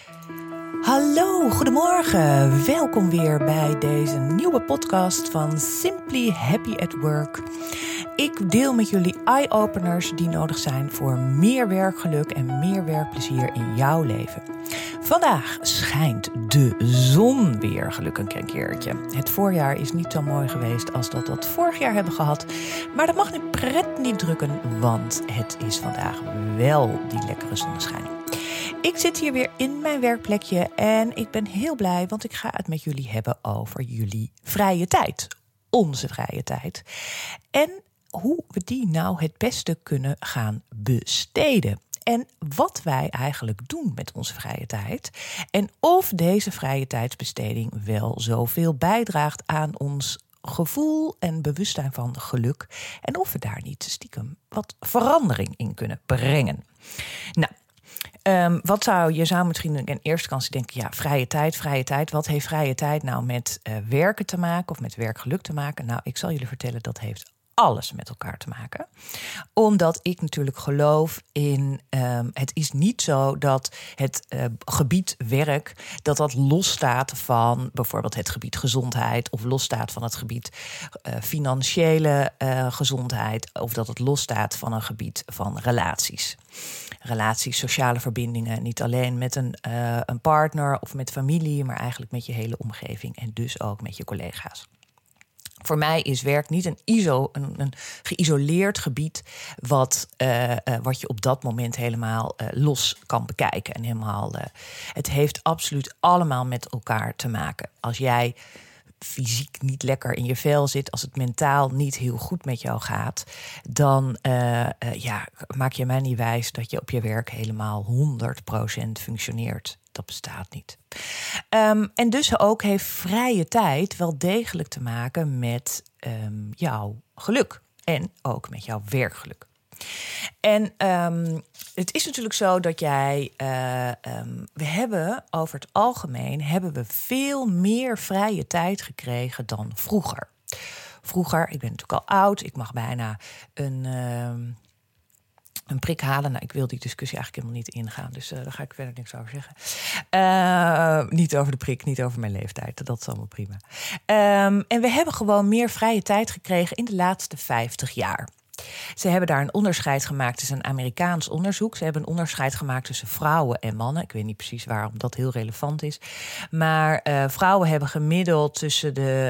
Hallo, goedemorgen. Welkom weer bij deze nieuwe podcast van Simply Happy at Work. Ik deel met jullie eye-openers die nodig zijn voor meer werkgeluk en meer werkplezier in jouw leven. Vandaag schijnt de zon weer, gelukkig een keertje. Het voorjaar is niet zo mooi geweest als dat we het vorig jaar hebben gehad. Maar dat mag de pret niet drukken, want het is vandaag wel die lekkere zonneschijn. Ik zit hier weer in mijn werkplekje en ik ben heel blij, want ik ga het met jullie hebben over jullie vrije tijd. Onze vrije tijd. En hoe we die nou het beste kunnen gaan besteden. En wat wij eigenlijk doen met onze vrije tijd. En of deze vrije tijdsbesteding wel zoveel bijdraagt aan ons gevoel en bewustzijn van geluk. En of we daar niet stiekem wat verandering in kunnen brengen. Nou. Je zou misschien in eerste instantie denken, ja, vrije tijd. Wat heeft vrije tijd nou met werken te maken of met werkgeluk te maken? Nou, ik zal jullie vertellen, dat heeft alles met elkaar te maken. Omdat ik natuurlijk geloof in, het is niet zo dat het gebied werk, dat losstaat van bijvoorbeeld het gebied gezondheid, of losstaat van het gebied financiële gezondheid, of dat het losstaat van een gebied van relaties. Relaties, sociale verbindingen, niet alleen met een partner of met familie, maar eigenlijk met je hele omgeving en dus ook met je collega's. Voor mij is werk niet een geïsoleerd gebied wat je op dat moment helemaal los kan bekijken. En het heeft absoluut allemaal met elkaar te maken. Als jij fysiek niet lekker in je vel zit, als het mentaal niet heel goed met jou gaat, dan maak je mij niet wijs dat je op je werk helemaal 100% functioneert. Dat bestaat niet. En dus ook heeft vrije tijd wel degelijk te maken met jouw geluk. En ook met jouw werkgeluk. En het is natuurlijk zo dat we hebben over het algemeen veel meer vrije tijd gekregen dan vroeger. Vroeger, ik ben natuurlijk al oud, ik mag bijna een prik halen. Nou, ik wil die discussie eigenlijk helemaal niet ingaan. Dus daar ga ik verder niks over zeggen. Niet over de prik, niet over mijn leeftijd. Dat is allemaal prima. En we hebben gewoon meer vrije tijd gekregen in de laatste 50 jaar. Ze hebben daar een onderscheid gemaakt. Het is een Amerikaans onderzoek. Ze hebben een onderscheid gemaakt tussen vrouwen en mannen. Ik weet niet precies waarom dat heel relevant is. Maar vrouwen hebben gemiddeld tussen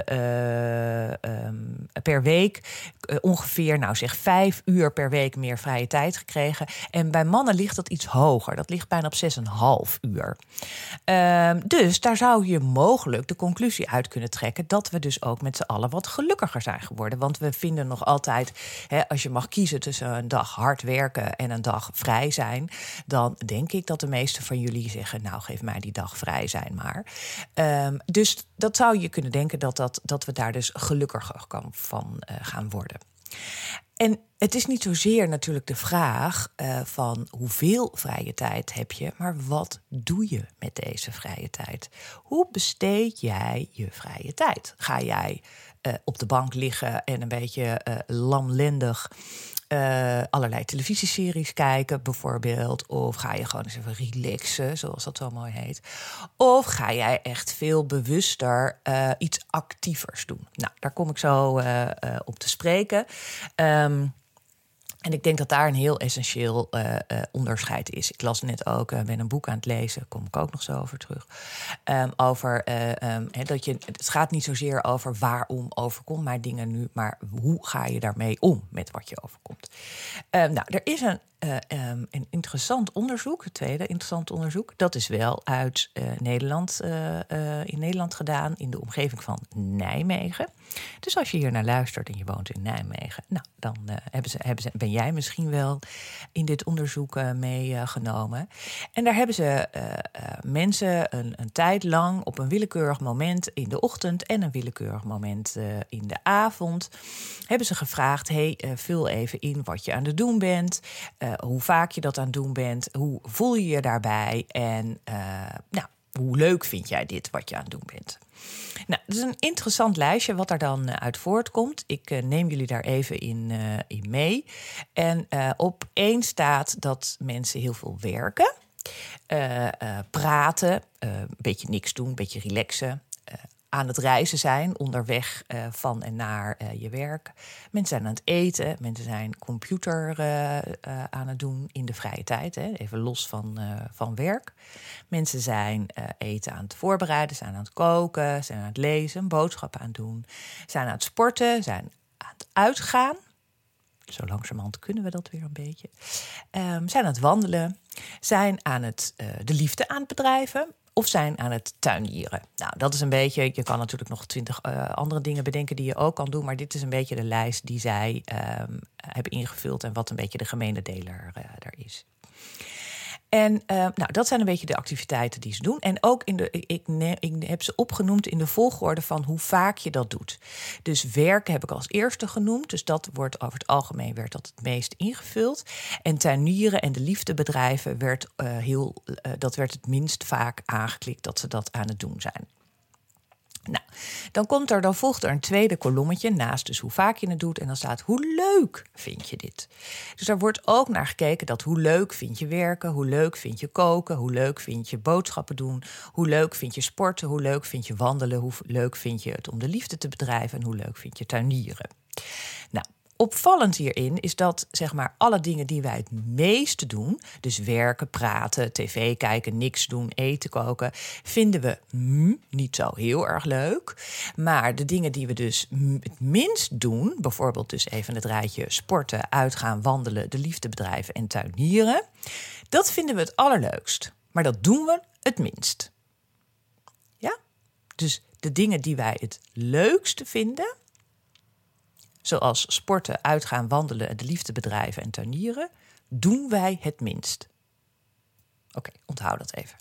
per week ongeveer 5 uur per week meer vrije tijd gekregen. En bij mannen ligt dat iets hoger. Dat ligt bijna op 6,5 uur. Dus daar zou je mogelijk de conclusie uit kunnen trekken dat we dus ook met z'n allen wat gelukkiger zijn geworden. Want we vinden nog altijd, als je mag kiezen tussen een dag hard werken en een dag vrij zijn, dan denk ik dat de meesten van jullie zeggen, nou, geef mij die dag vrij zijn maar. Dus dat zou je kunnen denken dat we daar dus gelukkiger van gaan worden. En het is niet zozeer natuurlijk de vraag van hoeveel vrije tijd heb je, maar wat doe je met deze vrije tijd? Hoe besteed jij je vrije tijd? Ga jij op de bank liggen en een beetje lamlendig allerlei televisieseries kijken bijvoorbeeld? Of ga je gewoon eens even relaxen, zoals dat zo mooi heet? Of ga jij echt veel bewuster iets actievers doen? Nou, daar kom ik zo op te spreken. En ik denk dat daar een heel essentieel onderscheid is. Ik las net ook, ben een boek aan het lezen, kom ik ook nog zo over terug. Het gaat niet zozeer over waarom overkomt mij dingen nu, maar hoe ga je daarmee om met wat je overkomt. Er is een interessant onderzoek, het tweede interessant onderzoek. Dat is wel uit Nederland, in Nederland gedaan, in de omgeving van Nijmegen. Dus als je hier naar luistert en je woont in Nijmegen, nou, dan ben jij misschien wel in dit onderzoek meegenomen. En daar hebben ze mensen een tijd lang op een willekeurig moment in de ochtend en een willekeurig moment in de avond hebben ze gevraagd, vul even in wat je aan het doen bent, hoe vaak je dat aan het doen bent, hoe voel je je daarbij en hoe leuk vind jij dit wat je aan het doen bent. Nou, dat is een interessant lijstje wat daar dan uit voortkomt. Ik neem jullie daar even in mee. En op 1 staat dat mensen heel veel werken. Praten, een beetje niks doen, een beetje relaxen. Aan het reizen zijn, onderweg van en naar je werk. Mensen zijn aan het eten, mensen zijn computer aan het doen in de vrije tijd. Hè, even los van werk. Mensen zijn eten aan het voorbereiden, zijn aan het koken, zijn aan het lezen, boodschappen aan het doen. Zijn aan het sporten, zijn aan het uitgaan. Zo langzamerhand kunnen we dat weer een beetje. Zijn aan het wandelen, zijn aan de liefde aan het bedrijven of zijn aan het tuinieren. Nou, dat is een beetje, je kan natuurlijk nog 20 andere dingen bedenken die je ook kan doen, maar dit is een beetje de lijst die zij hebben ingevuld en wat een beetje de gemene deler daar is. En dat zijn een beetje de activiteiten die ze doen. En ook ik heb ze opgenoemd in de volgorde van hoe vaak je dat doet. Dus werken heb ik als eerste genoemd. Dus dat wordt over het algemeen werd dat het meest ingevuld. En tuinieren en de liefdebedrijven werd het minst vaak aangeklikt dat ze dat aan het doen zijn. Nou, dan volgt er een tweede kolommetje naast dus hoe vaak je het doet. En dan staat hoe leuk vind je dit? Dus daar wordt ook naar gekeken dat hoe leuk vind je werken, hoe leuk vind je koken, hoe leuk vind je boodschappen doen, hoe leuk vind je sporten, hoe leuk vind je wandelen, hoe leuk vind je het om de liefde te bedrijven en hoe leuk vind je tuinieren. Nou, opvallend hierin is dat zeg maar alle dingen die wij het meeste doen, dus werken, praten, tv kijken, niks doen, eten, koken, vinden we niet zo heel erg leuk. Maar de dingen die we dus het minst doen, bijvoorbeeld dus even het rijtje sporten, uitgaan, wandelen, de liefde bedrijven en tuinieren, dat vinden we het allerleukst. Maar dat doen we het minst. Ja? Dus de dingen die wij het leukste vinden, zoals sporten, uitgaan, wandelen, de liefde bedrijven en tuinieren, doen wij het minst. Oké, onthoud dat even.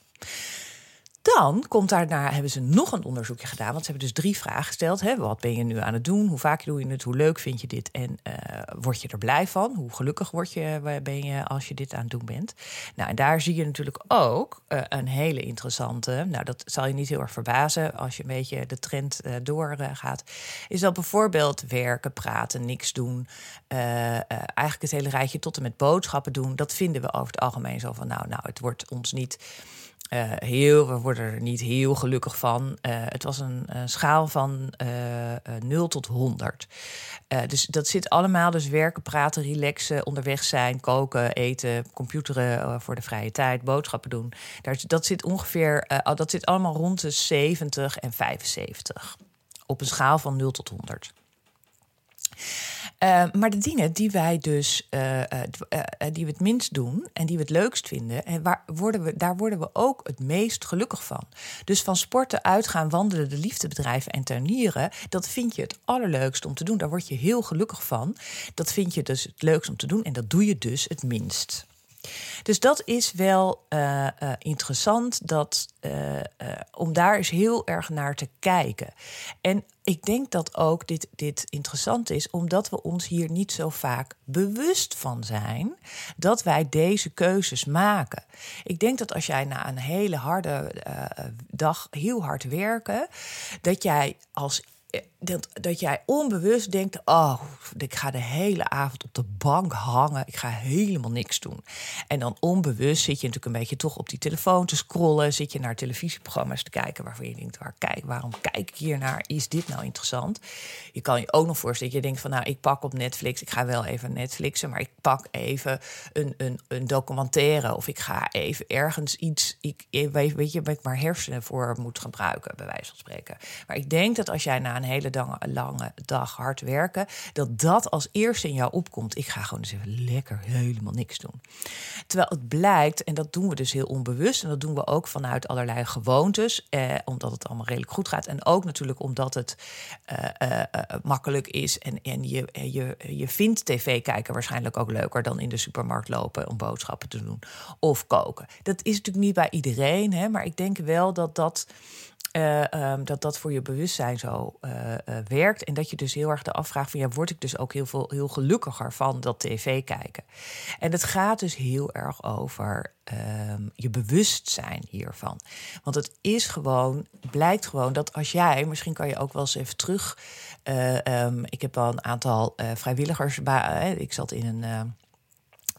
Dan komt daarna, hebben ze nog een onderzoekje gedaan, want ze hebben dus 3 vragen gesteld. Hè? Wat ben je nu aan het doen? Hoe vaak doe je het? Hoe leuk vind je dit? En word je er blij van? Hoe gelukkig ben je als je dit aan het doen bent? Nou, en daar zie je natuurlijk ook een hele interessante, nou, dat zal je niet heel erg verbazen als je een beetje de trend doorgaat, is dat bijvoorbeeld werken, praten, niks doen, eigenlijk het hele rijtje tot en met boodschappen doen, dat vinden we over het algemeen zo van, nou, het wordt ons niet we worden er niet heel gelukkig van. Het was een schaal van 0 tot 100. Dus dat zit allemaal, dus werken, praten, relaxen, onderweg zijn, koken, eten, computeren voor de vrije tijd, boodschappen doen. Dat zit ongeveer, dat zit allemaal rond de 70 en 75. Op een schaal van 0 tot 100. Maar de dingen die wij dus die we het minst doen en die we het leukst vinden, en daar worden we ook het meest gelukkig van. Dus van sporten, uitgaan, wandelen, de liefde bedrijven en tuinieren, dat vind je het allerleukst om te doen. Daar word je heel gelukkig van. Dat vind je dus het leukst om te doen en dat doe je dus het minst. Dus dat is wel interessant om daar eens heel erg naar te kijken. En ik denk dat ook dit interessant is, omdat we ons hier niet zo vaak bewust van zijn dat wij deze keuzes maken. Ik denk dat als jij na een hele harde dag heel hard werken, dat jij onbewust denkt, ik ga de hele avond op de bank hangen. Ik ga helemaal niks doen. En dan onbewust zit je natuurlijk een beetje toch op die telefoon te scrollen. Zit je naar televisieprogramma's te kijken waarvan je denkt, waarom kijk ik hier naar? Is dit nou interessant? Je kan je ook nog voorstellen dat je denkt van, ik pak op Netflix. Ik ga wel even Netflixen, maar ik pak even een documentaire. Of ik ga even ergens iets, weet je, waar ik maar hersenen voor moet gebruiken, bij wijze van spreken. Maar ik denk dat als jij na een hele lange dag hard werken, dat als eerste in jou opkomt, ik ga gewoon eens even lekker helemaal niks doen. Terwijl het blijkt, en dat doen we dus heel onbewust, en dat doen we ook vanuit allerlei gewoontes, omdat het allemaal redelijk goed gaat, en ook natuurlijk omdat het makkelijk is, en je vindt tv kijken waarschijnlijk ook leuker dan in de supermarkt lopen om boodschappen te doen of koken. Dat is natuurlijk niet bij iedereen, hè, maar ik denk wel dat dat voor je bewustzijn zo werkt. En dat je dus heel erg de afvraagt van, word ik dus ook heel gelukkiger van dat tv kijken? En het gaat dus heel erg over je bewustzijn hiervan. Want het blijkt gewoon dat als jij, misschien kan je ook wel eens even terug. Ik heb al een aantal vrijwilligers. Ik zat in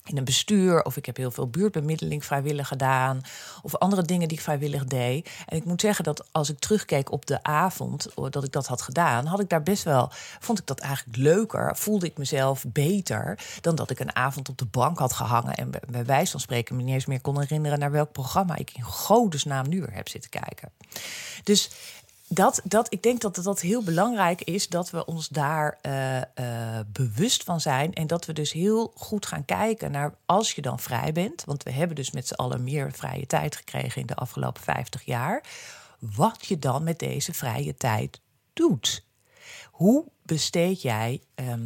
in een bestuur, of ik heb heel veel buurtbemiddeling vrijwillig gedaan, of andere dingen die ik vrijwillig deed. En ik moet zeggen dat als ik terugkeek op de avond dat ik dat had gedaan, had ik daar best wel, vond ik dat eigenlijk leuker, voelde ik mezelf beter dan dat ik een avond op de bank had gehangen en bij wijze van spreken me niet eens meer kon herinneren naar welk programma ik in godesnaam nu weer heb zitten kijken. Dus ik denk dat het heel belangrijk is dat we ons daar bewust van zijn. En dat we dus heel goed gaan kijken naar als je dan vrij bent. Want we hebben dus met z'n allen meer vrije tijd gekregen in de afgelopen 50 jaar. Wat je dan met deze vrije tijd doet. Hoe besteed jij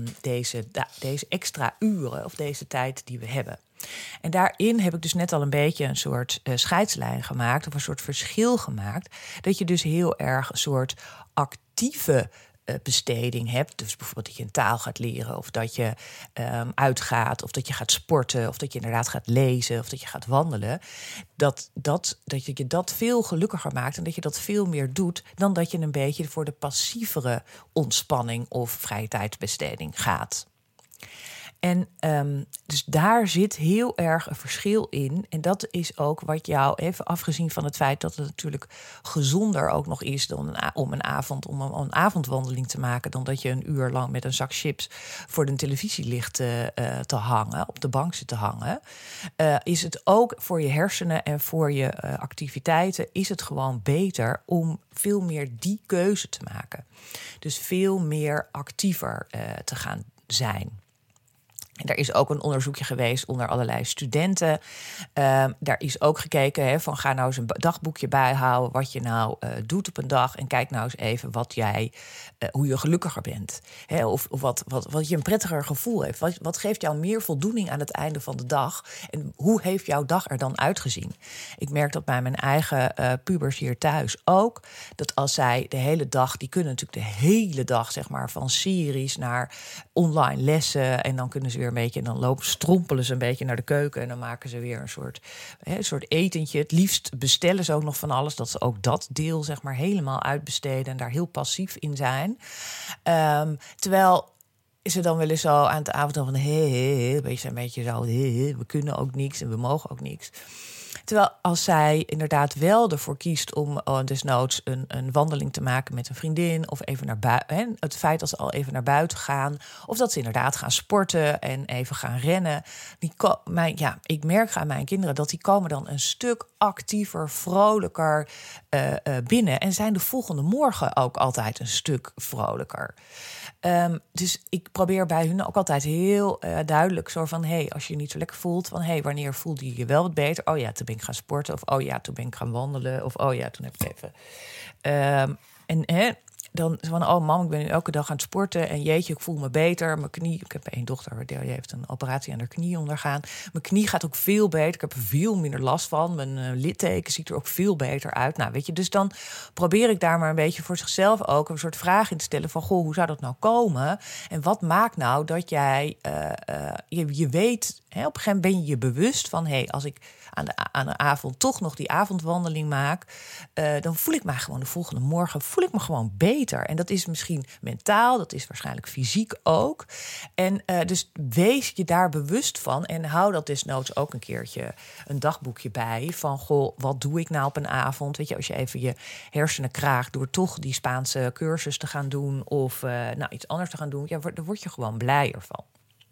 deze extra uren of deze tijd die we hebben? En daarin heb ik dus net al een beetje een soort scheidslijn gemaakt, of een soort verschil gemaakt. Dat je dus heel erg een soort actieve besteding hebt. Dus bijvoorbeeld dat je een taal gaat leren, of dat je uitgaat, of dat je gaat sporten, of dat je inderdaad gaat lezen, of dat je gaat wandelen. Dat je dat veel gelukkiger maakt en dat je dat veel meer doet dan dat je een beetje voor de passievere ontspanning of vrije tijdsbesteding gaat. En dus daar zit heel erg een verschil in. En dat is ook wat jou, even afgezien van het feit dat het natuurlijk gezonder ook nog is dan om een avondwandeling te maken, dan dat je een uur lang met een zak chips voor de televisie ligt te hangen, op de bank zit te hangen. Is het ook voor je hersenen en voor je activiteiten, is het gewoon beter om veel meer die keuze te maken. Dus veel meer actiever te gaan zijn. En er is ook een onderzoekje geweest onder allerlei studenten. Daar is ook gekeken van ga nou eens een dagboekje bijhouden wat je nou doet op een dag. En kijk nou eens even hoe je gelukkiger bent. Of wat je een prettiger gevoel heeft. Wat geeft jou meer voldoening aan het einde van de dag? En hoe heeft jouw dag er dan uitgezien? Ik merk dat bij mijn eigen pubers hier thuis ook. Dat als zij de hele dag, die kunnen natuurlijk de hele dag zeg maar van series naar online lessen. En dan kunnen ze weer een beetje, en dan strompelen ze een beetje naar de keuken en dan maken ze weer een soort etentje. Het liefst bestellen ze ook nog van alles, dat ze ook dat deel zeg maar helemaal uitbesteden en daar heel passief in zijn. Terwijl ze dan wel eens zo aan het avond van een beetje zo, we kunnen ook niks en we mogen ook niks. Terwijl als zij inderdaad wel ervoor kiest om desnoods een wandeling te maken met een vriendin, of even naar buiten, het feit dat ze al even naar buiten gaan, of dat ze inderdaad gaan sporten en even gaan rennen. Ik merk aan mijn kinderen dat die komen dan een stuk actiever, vrolijker binnen en zijn de volgende morgen ook altijd een stuk vrolijker. Dus ik probeer bij hun ook altijd heel duidelijk zo van als je je niet zo lekker voelt, van wanneer voelde je je wel wat beter? Oh ja, toen ben ik gaan sporten, of oh ja, toen ben ik gaan wandelen, of oh ja, toen heb ik even dan van, oh mam, ik ben nu elke dag aan het sporten en jeetje, ik voel me beter. Mijn knie, ik heb één dochter, die heeft een operatie aan haar knie ondergaan. Mijn knie gaat ook veel beter, ik heb er veel minder last van. Mijn litteken ziet er ook veel beter uit. Nou, weet je, dus dan probeer ik daar maar een beetje voor zichzelf ook een soort vraag in te stellen van, goh, hoe zou dat nou komen? En wat maakt nou dat jij, je weet, op een gegeven moment ben je je bewust van, als ik aan de avond toch nog die avondwandeling maak, dan voel ik me gewoon de volgende morgen gewoon beter. En dat is misschien mentaal, dat is waarschijnlijk fysiek ook. En dus wees je daar bewust van en hou dat desnoods ook een keertje een dagboekje bij van, goh, wat doe ik nou op een avond? Weet je, als je even je hersenen kraagt door toch die Spaanse cursus te gaan doen of iets anders te gaan doen, daar word je gewoon blijer van.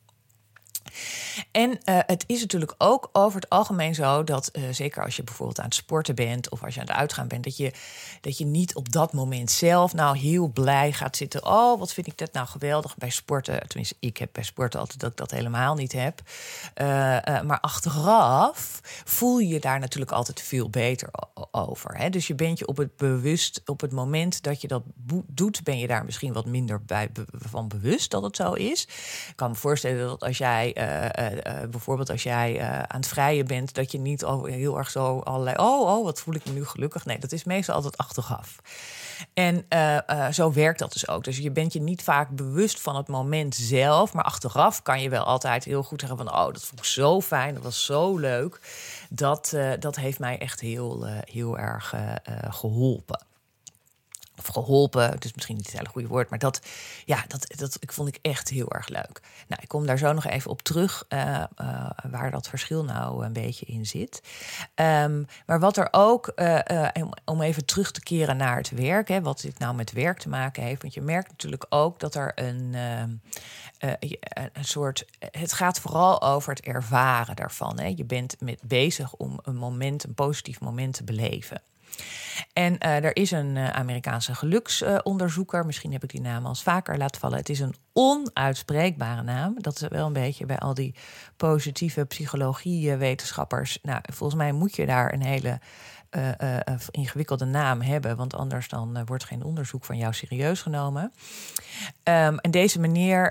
En het is natuurlijk ook over het algemeen zo dat, zeker als je bijvoorbeeld aan het sporten bent of als je aan het uitgaan bent, dat je niet op dat moment zelf nou heel blij gaat zitten. Oh, wat vind ik dat nou geweldig bij sporten. Tenminste, ik heb bij sporten altijd dat ik dat helemaal niet heb. Maar achteraf voel je je daar natuurlijk altijd veel beter over. Hè? Dus je bent je op het moment dat je dat doet, ben je daar misschien wat minder van bewust dat het zo is. Ik kan me voorstellen dat als jij bijvoorbeeld als jij aan het vrijen bent, dat je niet heel erg zo allerlei, wat voel ik me nu gelukkig. Nee, dat is meestal altijd achteraf. En zo werkt dat dus ook. Dus je bent je niet vaak bewust van het moment zelf, maar achteraf kan je wel altijd heel goed zeggen van, dat vond ik zo fijn, dat was zo leuk. Dat heeft mij echt heel erg geholpen. Of geholpen, het is misschien niet het hele goede woord. Maar dat vond ik echt heel erg leuk. Nou, ik kom daar zo nog even op terug waar dat verschil nou een beetje in zit. Maar wat er ook, om even terug te keren naar het werk, hè, wat dit nou met werk te maken heeft. Want je merkt natuurlijk ook dat er een soort. Het gaat vooral over het ervaren daarvan. Hè. Je bent bezig om een positief moment te beleven. En er is een Amerikaanse geluksonderzoeker. Misschien heb ik die naam al eens vaker laten vallen. Het is een onuitspreekbare naam. Dat is wel een beetje bij al die positieve psychologie-wetenschappers. Nou, volgens mij moet je daar een hele ingewikkelde naam hebben. Want anders dan wordt geen onderzoek van jou serieus genomen. En deze meneer,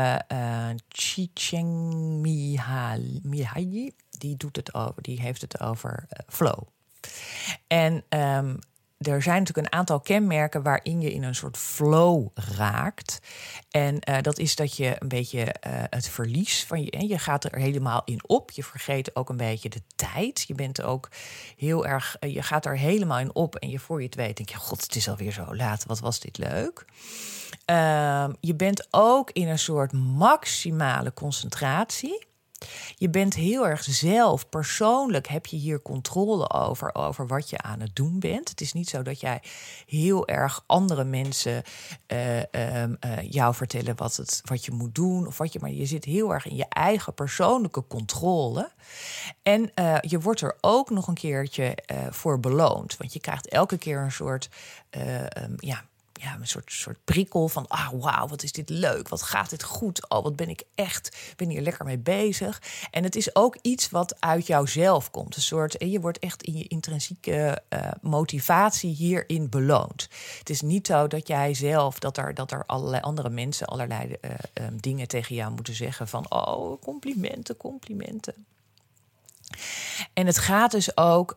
Csikszentmihalyi, die heeft het over flow. En er zijn natuurlijk een aantal kenmerken waarin je in een soort flow raakt. En dat is dat je een beetje het verlies van je gaat er helemaal in op. Je vergeet ook een beetje de tijd. Je bent ook heel erg, je gaat er helemaal in op. En voor je het weet denk je, god, het is alweer zo laat. Wat was dit leuk. Je bent ook in een soort maximale concentratie. Je bent heel erg zelf, persoonlijk heb je hier controle over wat je aan het doen bent. Het is niet zo dat jij heel erg andere mensen jou vertellen wat je moet doen. Maar je zit heel erg in je eigen persoonlijke controle. En je wordt er ook nog een keertje voor beloond. Want je krijgt elke keer een soort een soort prikkel van, wauw, wat is dit leuk, wat gaat dit goed, wat ben hier lekker mee bezig. En het is ook iets wat uit jouzelf komt. Een soort, je wordt echt in je intrinsieke motivatie hierin beloond. Het is niet zo dat jij zelf, dat er allerlei andere mensen allerlei dingen tegen jou moeten zeggen van, complimenten. En het gaat dus ook,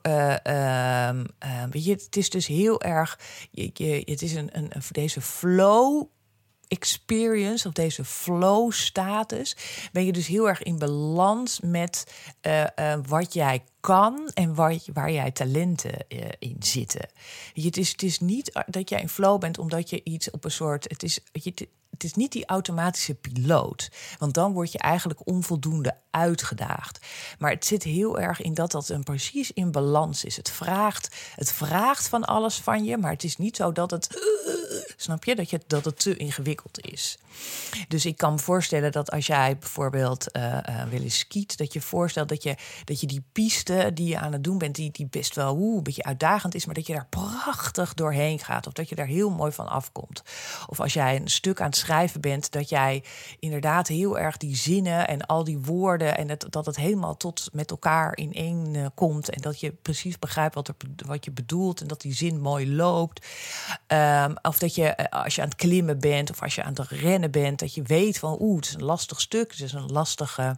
weet je, het is dus heel erg, het is deze flow experience of deze flow status, ben je dus heel erg in balans met wat jij kan en waar jij talenten in zitten. Het is niet dat jij in flow bent omdat je iets op een soort, het is niet die automatische piloot. Want dan word je eigenlijk onvoldoende uitgedaagd. Maar het zit heel erg in dat een precies in balans is. Het vraagt van alles van je, maar het is niet zo dat het, snap je, dat het te ingewikkeld is. Dus ik kan me voorstellen dat als jij bijvoorbeeld wel eens skiet, dat je voorstelt dat je die piste die je aan het doen bent, die best wel een beetje uitdagend is, maar dat je daar prachtig doorheen gaat. Of dat je daar heel mooi van afkomt. Of als jij een stuk aan het schrijven bent, dat jij inderdaad heel erg die zinnen en al die woorden en dat het helemaal tot met elkaar in één komt. En dat je precies begrijpt wat je bedoelt en dat die zin mooi loopt. Of dat je, als je aan het klimmen bent of als je aan het rennen bent, dat je weet van, het is een lastig stuk, het is een lastige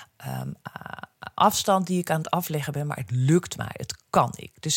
afstand die ik aan het afleggen ben, maar het lukt mij, het kan ik. Dus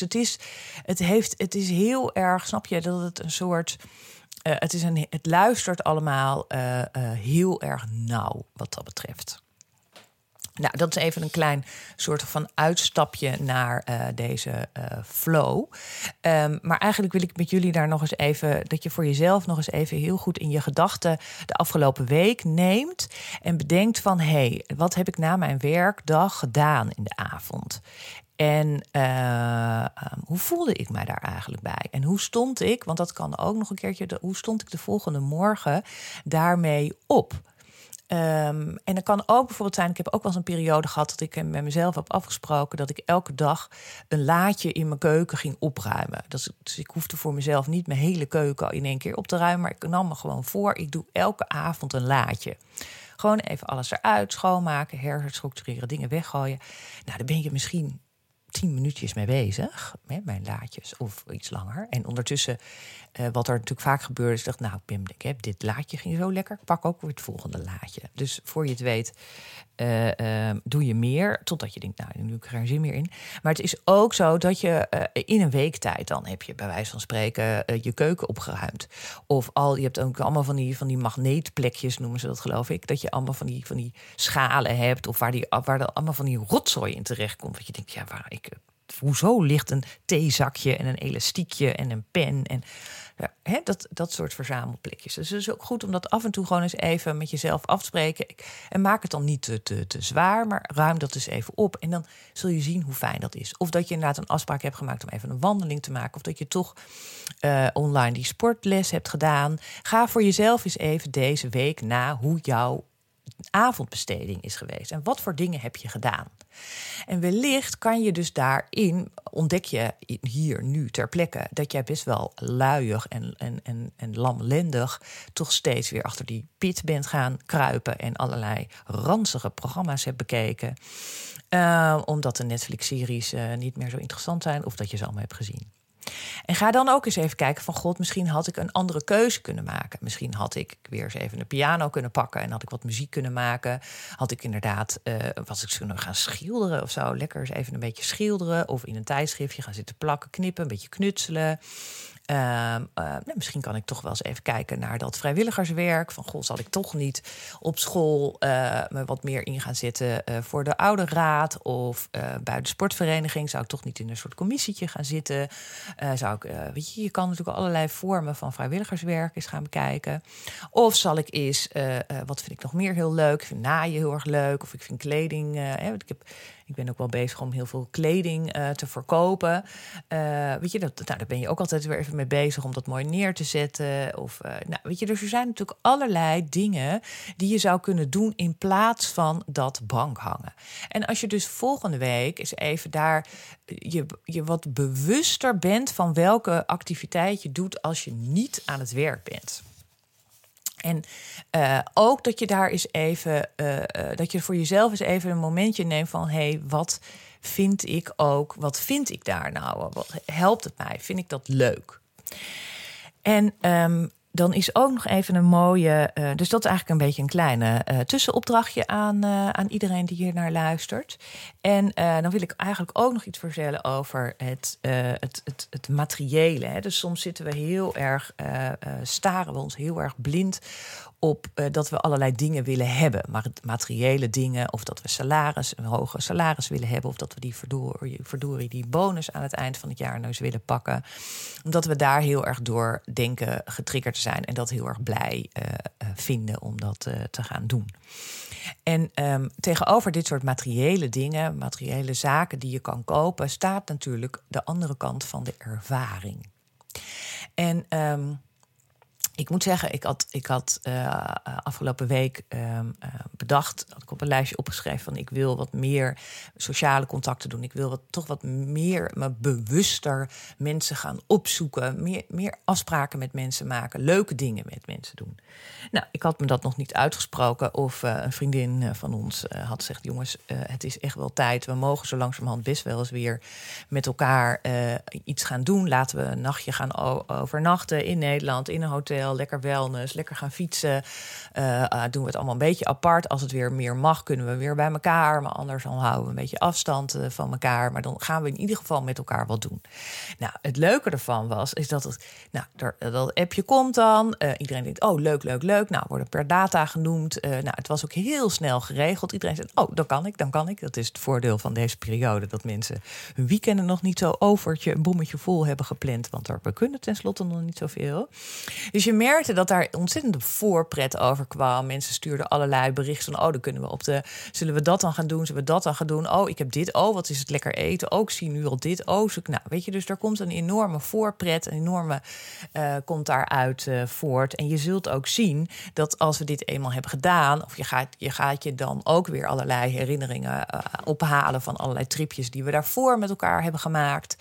het is heel erg, snap je, dat het een soort, het luistert allemaal heel erg nauw wat dat betreft. Nou, dat is even een klein soort van uitstapje naar deze flow. Maar eigenlijk wil ik met jullie daar nog eens even, dat je voor jezelf nog eens even heel goed in je gedachten de afgelopen week neemt en bedenkt van, wat heb ik na mijn werkdag gedaan in de avond? En hoe voelde ik mij daar eigenlijk bij? En hoe stond ik, want dat kan ook nog een keertje, hoe stond ik de volgende morgen daarmee op? En dat kan ook bijvoorbeeld zijn, ik heb ook wel eens een periode gehad dat ik met mezelf heb afgesproken dat ik elke dag een laadje in mijn keuken ging opruimen. Dus ik hoefde voor mezelf niet mijn hele keuken in één keer op te ruimen, maar ik nam me gewoon voor, ik doe elke avond een laadje. Gewoon even alles eruit, schoonmaken, herstructureren, dingen weggooien. Nou, daar ben je misschien 10 minuutjes mee bezig, met mijn laadjes of iets langer. En ondertussen, wat er natuurlijk vaak gebeurt, is dat, ik heb dit laadje ging zo lekker, ik pak ook weer het volgende laadje. Dus voor je het weet, doe je meer, totdat je denkt, nu heb ik er geen zin meer in. Maar het is ook zo dat je in een week tijd, dan heb je bij wijze van spreken je keuken opgeruimd. Of je hebt ook allemaal van die magneetplekjes, noemen ze dat, geloof ik, dat je allemaal van die schalen hebt, of waar er allemaal van die rotzooi in terecht komt. Dat je denkt, hoezo ligt een theezakje en een elastiekje en een pen en Dat soort verzamelplekjes. Dus het is ook goed om dat af en toe gewoon eens even met jezelf af te spreken. En maak het dan niet te zwaar, maar ruim dat eens even op. En dan zul je zien hoe fijn dat is. Of dat je inderdaad een afspraak hebt gemaakt om even een wandeling te maken. Of dat je toch online die sportles hebt gedaan. Ga voor jezelf eens even deze week na hoe jouw avondbesteding is geweest. En wat voor dingen heb je gedaan? En wellicht kan je dus daarin, ontdek je hier nu ter plekke, dat jij best wel luiig en lamlendig toch steeds weer achter die pit bent gaan kruipen en allerlei ranzige programma's hebt bekeken. Omdat de Netflix-series niet meer zo interessant zijn of dat je ze allemaal hebt gezien. En ga dan ook eens even kijken van God, misschien had ik een andere keuze kunnen maken. Misschien had ik weer eens even een piano kunnen pakken en had ik wat muziek kunnen maken. Had ik inderdaad, was ik kunnen gaan schilderen of zo. Lekker eens even een beetje schilderen of in een tijdschriftje gaan zitten plakken, knippen, een beetje knutselen. Misschien kan ik toch wel eens even kijken naar dat vrijwilligerswerk. Van goh, zal ik toch niet op school me wat meer in gaan zetten voor de ouderraad of bij de sportvereniging? Zou ik toch niet in een soort commissietje gaan zitten? Je kan natuurlijk allerlei vormen van vrijwilligerswerk eens gaan bekijken. Of zal ik eens, wat vind ik nog meer heel leuk? Ik vind naaien heel erg leuk. Of ik vind kleding. Ik ben ook wel bezig om heel veel kleding te verkopen. Daar ben je ook altijd weer even mee bezig om dat mooi neer te zetten. Dus er zijn natuurlijk allerlei dingen die je zou kunnen doen in plaats van dat bank hangen. En als je dus volgende week eens even daar je wat bewuster bent van welke activiteit je doet als je niet aan het werk bent. En ook dat je daar eens even, dat je voor jezelf eens even een momentje neemt van wat vind ik daar nou? Wat helpt het mij? Vind ik dat leuk? En dan is ook nog even een mooie, dus dat is eigenlijk een beetje een kleine tussenopdrachtje aan iedereen die hier naar luistert. En dan wil ik eigenlijk ook nog iets vertellen over het materiële. Hè. Dus soms zitten we heel erg, staren we ons heel erg blind op dat we allerlei dingen willen hebben. Maar het materiële dingen, of dat we een hoger salaris willen hebben, of dat we die bonus aan het eind van het jaar nou eens willen pakken. Omdat we daar heel erg door denken getriggerd te zijn en dat heel erg blij vinden om dat te gaan doen. En tegenover dit soort materiële dingen, materiële zaken die je kan kopen, staat natuurlijk de andere kant van de ervaring. En ik moet zeggen, ik had afgelopen week bedacht, had ik op een lijstje opgeschreven van ik wil wat meer sociale contacten doen. Ik wil toch wat meer me bewuster mensen gaan opzoeken. Meer afspraken met mensen maken. Leuke dingen met mensen doen. Nou, ik had me dat nog niet uitgesproken. Of een vriendin van ons had gezegd, jongens, het is echt wel tijd. We mogen zo langzamerhand best wel eens weer met elkaar iets gaan doen. Laten we een nachtje gaan overnachten in Nederland, in een hotel. Lekker wellness, lekker gaan fietsen. Doen we het allemaal een beetje apart. Als het weer meer mag, kunnen we weer bij elkaar. Maar anders dan houden we een beetje afstand van elkaar. Maar dan gaan we in ieder geval met elkaar wat doen. Nou, het leuke ervan is dat dat appje komt dan. Iedereen denkt, oh, leuk. Nou, worden per data genoemd. Het was ook heel snel geregeld. Iedereen zegt, oh, dan kan ik. Dat is het voordeel van deze periode. Dat mensen hun weekenden nog niet zo een bommetje vol hebben gepland. Want we kunnen tenslotte nog niet zoveel. Dus je merkte dat daar ontzettende voorpret over kwam. Mensen stuurden allerlei berichten van, dan kunnen we zullen we dat dan gaan doen? Zullen we dat dan gaan doen? Oh, ik heb dit. Oh, wat is het lekker eten? Oh, ik zie nu al dit. Oh, dus er komt een enorme voorpret, een enorme komt daaruit voort. En je zult ook zien dat als we dit eenmaal hebben gedaan, of je gaat je dan ook weer allerlei herinneringen ophalen van allerlei tripjes die we daarvoor met elkaar hebben gemaakt.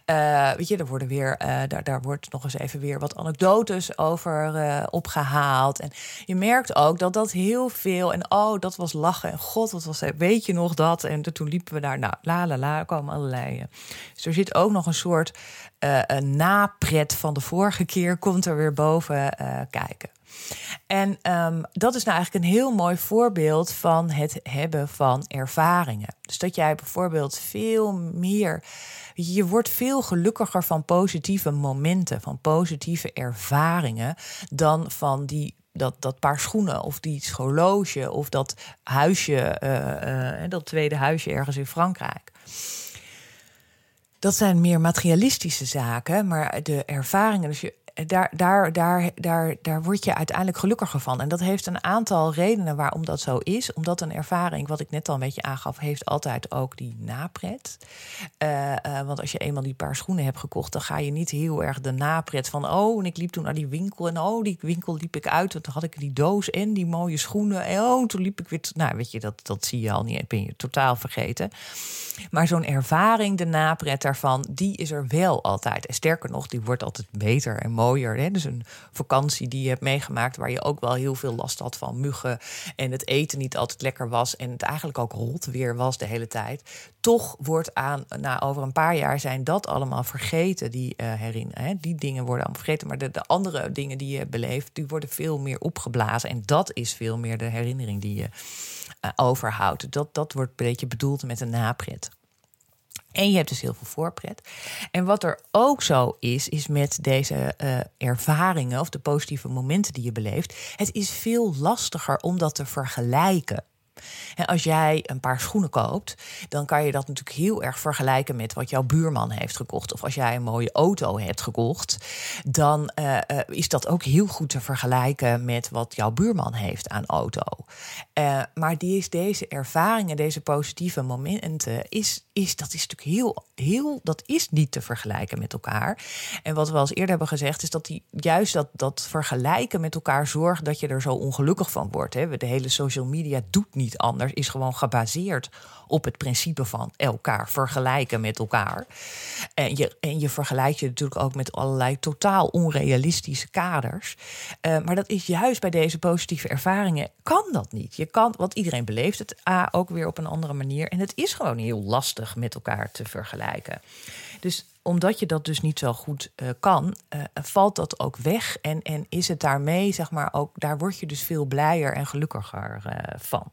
Daar wordt nog eens even weer wat anekdotes over opgehaald. En je merkt ook dat heel veel, en dat was lachen, en god, wat was weet je nog dat? En toen liepen we daar, komen allerlei. Dus er zit ook nog een soort napret van de vorige keer, komt er weer boven kijken. En dat is nou eigenlijk een heel mooi voorbeeld van het hebben van ervaringen. Dus dat jij bijvoorbeeld veel meer, je wordt veel gelukkiger van positieve momenten, van positieve ervaringen, dan van dat paar schoenen of die horloge of dat huisje, dat tweede huisje ergens in Frankrijk. Dat zijn meer materialistische zaken, maar de ervaringen, dus daar word je uiteindelijk gelukkiger van. En dat heeft een aantal redenen waarom dat zo is. Omdat een ervaring, wat ik net al een beetje aangaf, heeft altijd ook die napret. Want als je eenmaal die paar schoenen hebt gekocht, dan ga je niet heel erg de napret van, en ik liep toen naar die winkel en die winkel liep ik uit, want toen had ik die doos en die mooie schoenen en toen liep ik weer. Nou, weet je, dat zie je al niet, ben je totaal vergeten. Maar zo'n ervaring, de napret daarvan, die is er wel altijd. En sterker nog, die wordt altijd beter en mooier. Hè? Dus een vakantie die je hebt meegemaakt, waar je ook wel heel veel last had van muggen en het eten niet altijd lekker was en het eigenlijk ook rot weer was de hele tijd. Toch wordt over een paar jaar zijn dat allemaal vergeten, die dingen worden allemaal vergeten. Maar de andere dingen die je beleeft, die worden veel meer opgeblazen. En dat is veel meer de herinnering die je overhoudt. Dat wordt een beetje bedoeld met een napret. En je hebt dus heel veel voorpret. En wat er ook zo is met deze ervaringen of de positieve momenten die je beleeft, het is veel lastiger om dat te vergelijken. En als jij een paar schoenen koopt, dan kan je dat natuurlijk heel erg vergelijken met wat jouw buurman heeft gekocht. Of als jij een mooie auto hebt gekocht, dan is dat ook heel goed te vergelijken met wat jouw buurman heeft aan auto. Maar deze ervaringen, deze positieve momenten, dat is natuurlijk dat is niet te vergelijken met elkaar. En wat we al eens eerder hebben gezegd, is dat dat vergelijken met elkaar zorgt dat je er zo ongelukkig van wordt. Hè. De hele social media doet niet anders, is gewoon gebaseerd op het principe van elkaar vergelijken met elkaar. En je vergelijkt je natuurlijk ook met allerlei totaal onrealistische kaders. Maar dat is juist bij deze positieve ervaringen, kan dat niet. Want iedereen beleeft het ook weer op een andere manier. En het is gewoon heel lastig met elkaar te vergelijken. Dus omdat je dat dus niet zo goed kan, valt dat ook weg. En is het daarmee, zeg maar, ook, daar word je dus veel blijer en gelukkiger van.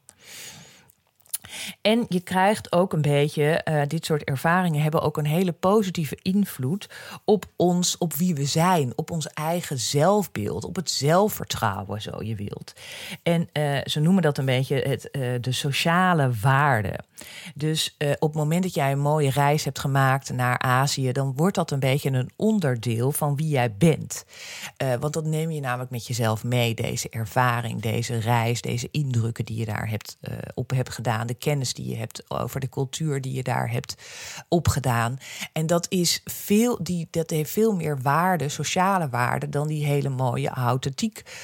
En je krijgt ook een beetje, dit soort ervaringen hebben ook een hele positieve invloed op ons, op wie we zijn, op ons eigen zelfbeeld, op het zelfvertrouwen, zo je wilt. En ze noemen dat een beetje de sociale waarde. Dus op het moment dat jij een mooie reis hebt gemaakt naar Azië, dan wordt dat een beetje een onderdeel van wie jij bent. Want dat neem je namelijk met jezelf mee, deze ervaring, deze reis, deze indrukken die je daar hebt gedaan, de kennis die je hebt over de cultuur die je daar hebt opgedaan. En dat heeft veel meer waarde, sociale waarde, dan die hele mooie houten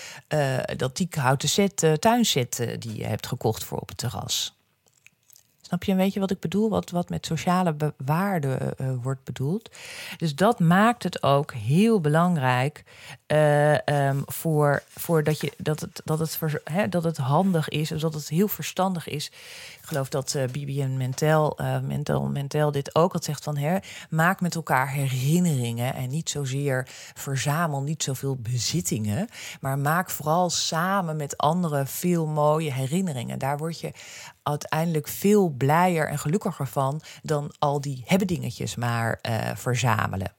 houten tuinset die je hebt gekocht voor op het terras. Snap je een beetje wat ik bedoel? Wat met sociale waarde wordt bedoeld. Dus dat maakt het ook heel belangrijk dat het handig is, dus dat het heel verstandig is. Ik geloof dat Bibian Mentel dit ook al zegt van maak met elkaar herinneringen en niet zozeer verzamel niet zoveel bezittingen, maar maak vooral samen met anderen veel mooie herinneringen. Daar word je uiteindelijk veel blijer en gelukkiger van dan al die hebbedingetjes maar verzamelen.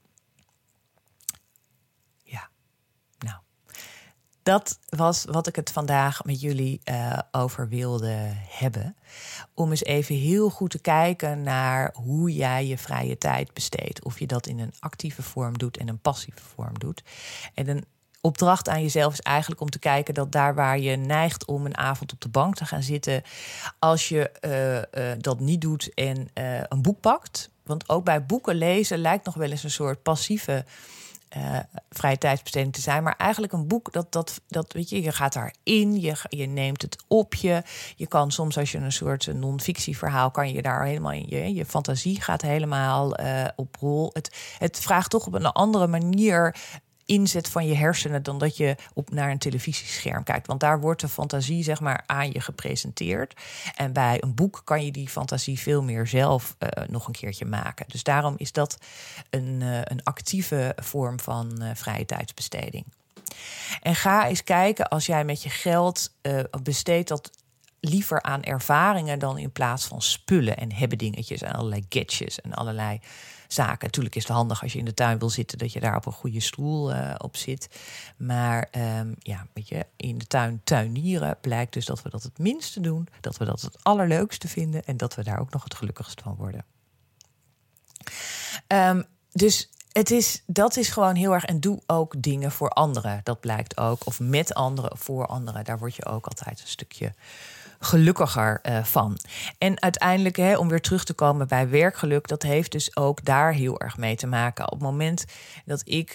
Ja, nou, dat was wat ik het vandaag met jullie over wilde hebben. Om eens even heel goed te kijken naar hoe jij je vrije tijd besteedt. Of je dat in een actieve vorm doet en een passieve vorm doet. En een opdracht aan jezelf is eigenlijk om te kijken dat daar waar je neigt om een avond op de bank te gaan zitten, als je dat niet doet en een boek pakt. Want ook bij boeken lezen lijkt nog wel eens een soort passieve vrije tijdsbesteding te zijn. Maar eigenlijk een boek, dat weet je gaat daarin, je neemt het op je. Je kan soms, als je een soort non-fictieverhaal, kan je daar helemaal in, je fantasie gaat helemaal op rol. Het vraagt toch op een andere manier inzet van je hersenen dan dat je naar een televisiescherm kijkt. Want daar wordt de fantasie, zeg maar, aan je gepresenteerd. En bij een boek kan je die fantasie veel meer zelf nog een keertje maken. Dus daarom is dat een actieve vorm van vrije tijdsbesteding. En ga eens kijken, als jij met je geld besteedt dat liever aan ervaringen dan in plaats van spullen en hebbedingetjes en allerlei gadgets en allerlei zaken. Natuurlijk is het handig als je in de tuin wil zitten, dat je daar op een goede stoel op zit. Maar weet je, in de tuin tuinieren blijkt dus dat we dat het minste doen, dat we dat het allerleukste vinden en dat we daar ook nog het gelukkigst van worden. Dus dat is gewoon heel erg. En doe ook dingen voor anderen. Dat blijkt ook. Of met anderen, voor anderen. Daar word je ook altijd een stukje gelukkiger van. En uiteindelijk, om weer terug te komen bij werkgeluk, dat heeft dus ook daar heel erg mee te maken. Op het moment dat ik,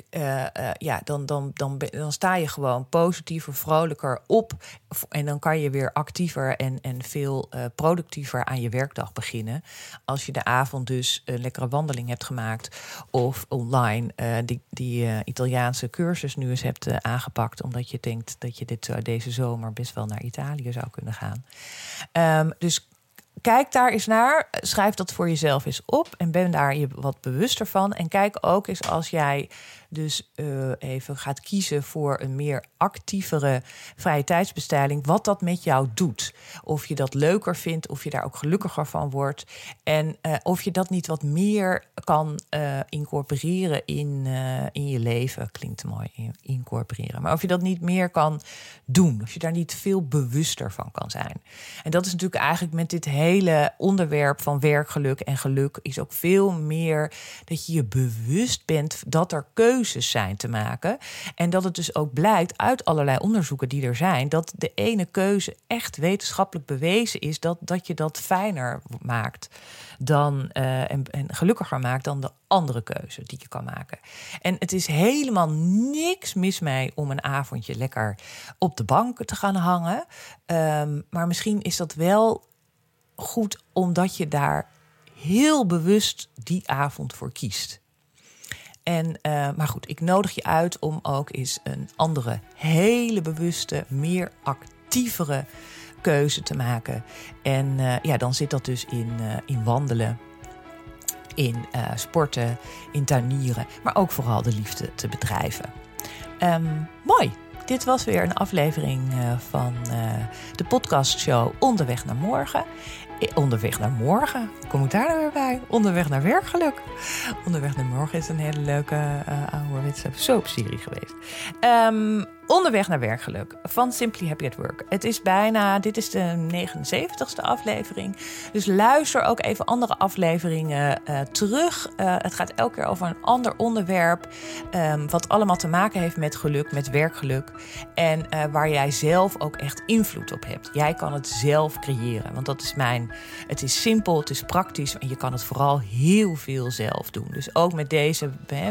dan sta je gewoon positiever, vrolijker op. En dan kan je weer actiever en veel productiever aan je werkdag beginnen. Als je de avond dus een lekkere wandeling hebt gemaakt of online die Italiaanse cursus nu eens hebt aangepakt, omdat je denkt dat je deze zomer best wel naar Italië zou kunnen gaan. Dus kijk daar eens naar. Schrijf dat voor jezelf eens op en ben daar je wat bewuster van. En kijk ook eens als jij dus even gaat kiezen voor een meer actievere vrije tijdsbesteding, wat dat met jou doet. Of je dat leuker vindt, of je daar ook gelukkiger van wordt. En of je dat niet wat meer kan incorporeren in je leven. Klinkt mooi, incorporeren. Maar of je dat niet meer kan doen. Of je daar niet veel bewuster van kan zijn. En dat is natuurlijk eigenlijk met dit hele onderwerp van werkgeluk en geluk is ook veel meer dat je je bewust bent dat er keuzes zijn te maken. En dat het dus ook blijkt uit allerlei onderzoeken die er zijn, dat de ene keuze echt wetenschappelijk bewezen is dat je dat fijner maakt dan en gelukkiger maakt dan de andere keuze die je kan maken. En het is helemaal niks mis mee om een avondje lekker op de bank te gaan hangen. Maar misschien is dat wel goed omdat je daar heel bewust die avond voor kiest. Maar goed, ik nodig je uit om ook eens een andere, hele bewuste, meer actievere keuze te maken. En dan zit dat dus in wandelen, in sporten, in tuinieren, maar ook vooral de liefde te bedrijven. Mooi. Dit was weer een aflevering van de podcastshow Onderweg naar Morgen. Onderweg naar morgen? Kom ik daar nou weer bij? Onderweg naar werkgeluk. Onderweg naar morgen is een hele leuke ouderwetse soapserie geweest. Onderweg naar werkgeluk van Simply Happy at Work. Dit is de 79ste aflevering. Dus luister ook even andere afleveringen terug. Het gaat elke keer over een ander onderwerp. Wat allemaal te maken heeft met geluk, met werkgeluk. En waar jij zelf ook echt invloed op hebt. Jij kan het zelf creëren. Want dat is het is simpel, het is praktisch. En je kan het vooral heel veel zelf doen. Dus ook met deze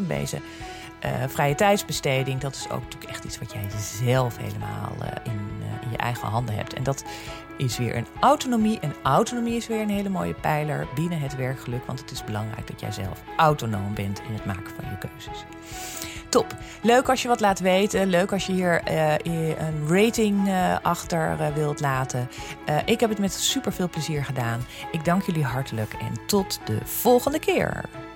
vrije tijdsbesteding, dat is ook natuurlijk echt iets wat jij zelf helemaal in je eigen handen hebt. En dat is weer een autonomie. En autonomie is weer een hele mooie pijler binnen het werkgeluk. Want het is belangrijk dat jij zelf autonoom bent in het maken van je keuzes. Top. Leuk als je wat laat weten. Leuk als je hier een rating achter wilt laten. Ik heb het met super veel plezier gedaan. Ik dank jullie hartelijk en tot de volgende keer.